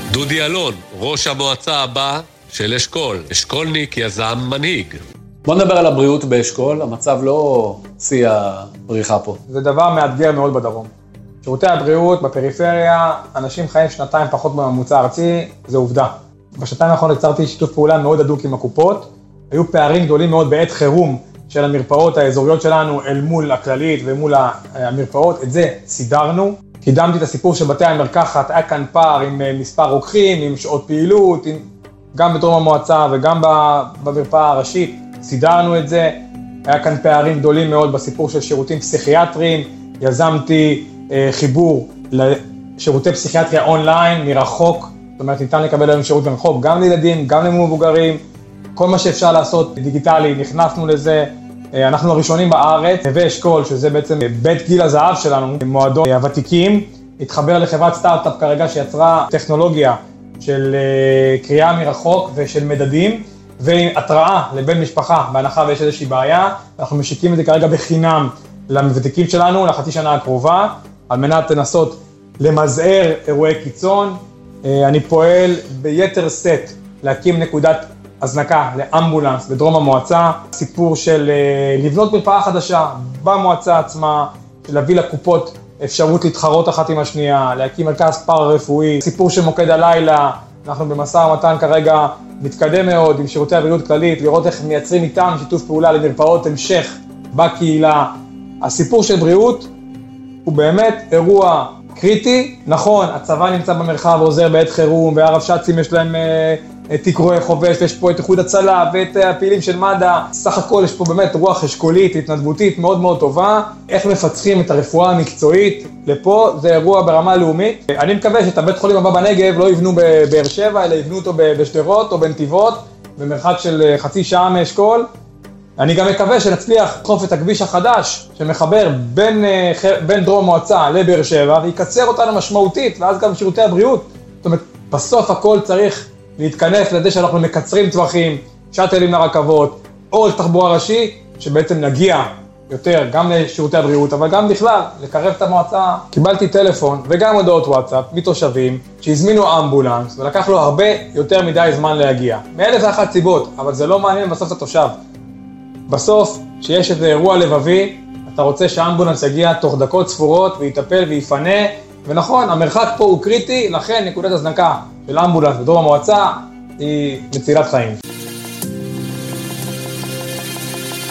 דודי אלון, ראש המועצה הבא של אשכול. אשכולניק, יזם, מנהיג. בוא נדבר על הבריאות באשכול, המצב לא שיא הבריחה פה. זה דבר מאתגר מאוד בדרום. שירותי הבריאות בפריפריה, אנשים חיים שנתיים פחות בממוצע הארצי, זה עובדה. בשנתיים האחרונות יצרתי שיתוף פעולה מאוד הדוק עם הקופות, היו פערים גדולים מאוד בעת חירום של המרפאות האזוריות שלנו אל מול הכללית ומול המרפאות, את זה סידרנו. קידמתי את הסיפור של בתי המרקחת, היה כאן פער עם מספר רוקחים, עם שעות פעילות, גם בתרום המועצה וגם במרפאה הראשית, סידרנו את זה. היה כאן פערים גדולים מאוד בסיפור של שירותים פסיכיאטריים, יזמתי חיבור לשירותי פסיכיאטריה אונליין מרחוק, זאת אומרת ניתן לקבל היום שירות מרחוק גם לילדים, גם למבוגרים, כל מה שאפשר לעשות דיגיטלי, נכנסנו לזה. אנחנו הראשונים בארץ, נווה אשכול, שזה בעצם בית גיל הזהב שלנו, מועדון הוותיקים, התחבר לחברת סטארט-אפ כרגע שיצרה טכנולוגיה של קריאה מרחוק ושל מדדים, והתראה לבן משפחה, בהנחה ויש איזושהי בעיה. אנחנו משיקים את זה כרגע בחינם לוותיקים שלנו, לחצי שנה הקרובה, על מנת לנסות למזער אירועי קיצון. אני פועל ביתר סט להקים נקודת הזנקה לאמבולנס בדרום המועצה, סיפור של לבנות מרפאה חדשה במועצה עצמה, להביא לקופות אפשרות להתחרות אחת עם השנייה, להקים מרכז פארה-רפואי, סיפור של מוקד הלילה. אנחנו במשא ומתן כרגע מתקדם מאוד עם שירותי הבריאות כללית, לראות איך מייצרים איתם שיתוף פעולה למרפאות המשך בקהילה. הסיפור של בריאות הוא באמת אירוע קריטי. נכון, הצבא נמצא במרחב ועוזר בעת חירום, והרבש"צים יש להם תקרואי חובש, ויש פה את איחוד הצלה ואת הפעילים של מד"א. סך הכל יש פה באמת רוח אשכולית, התנדבותית מאוד מאוד טובה. איך מפצחים את הרפואה המקצועית לפה, זה אירוע ברמה לאומית. אני מקווה שאת הבית חולים הבא בנגב לא יבנו בבאר שבע, אלא יבנו אותו בשדרות או בנתיבות, במרחק של חצי שעה מאשכול. אני גם מקווה שנצליח לדחוף את הכביש החדש שמחבר בין דרום מועצה לבאר שבע, ויקצר אותנו משמעותית, ואז גם שירותי הבריאות. זאת אומרת, בסוף הכל צריך להתכנס לזה שאנחנו מקצרים טווחים, שאטלים לרכבות, או לתחבורה ראשי, שבעצם נגיע יותר גם לשירותי הבריאות, אבל גם בכלל, לקרב את המועצה. קיבלתי טלפון וגם הודעות וואטסאפ מתושבים שהזמינו אמבולנס, ולקח לו הרבה יותר מדי זמן להגיע. מאלף ואחת סיבות, אבל זה לא מעניין בסוף את התושב. בסוף, שיש איזה אירוע לבבי, אתה רוצה שהאמבולנס יגיע תוך דקות ספורות ויטפל ויפנה, ונכון, המרחק פה הוא קריטי, לכן נקודת הזנקה של אמבולנס בדרום המועצה היא מצילת חיים.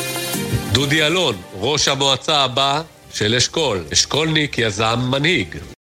דודי אלון, ראש המועצה הבא של אשכול. אשכולניק, יזם, מנהיג.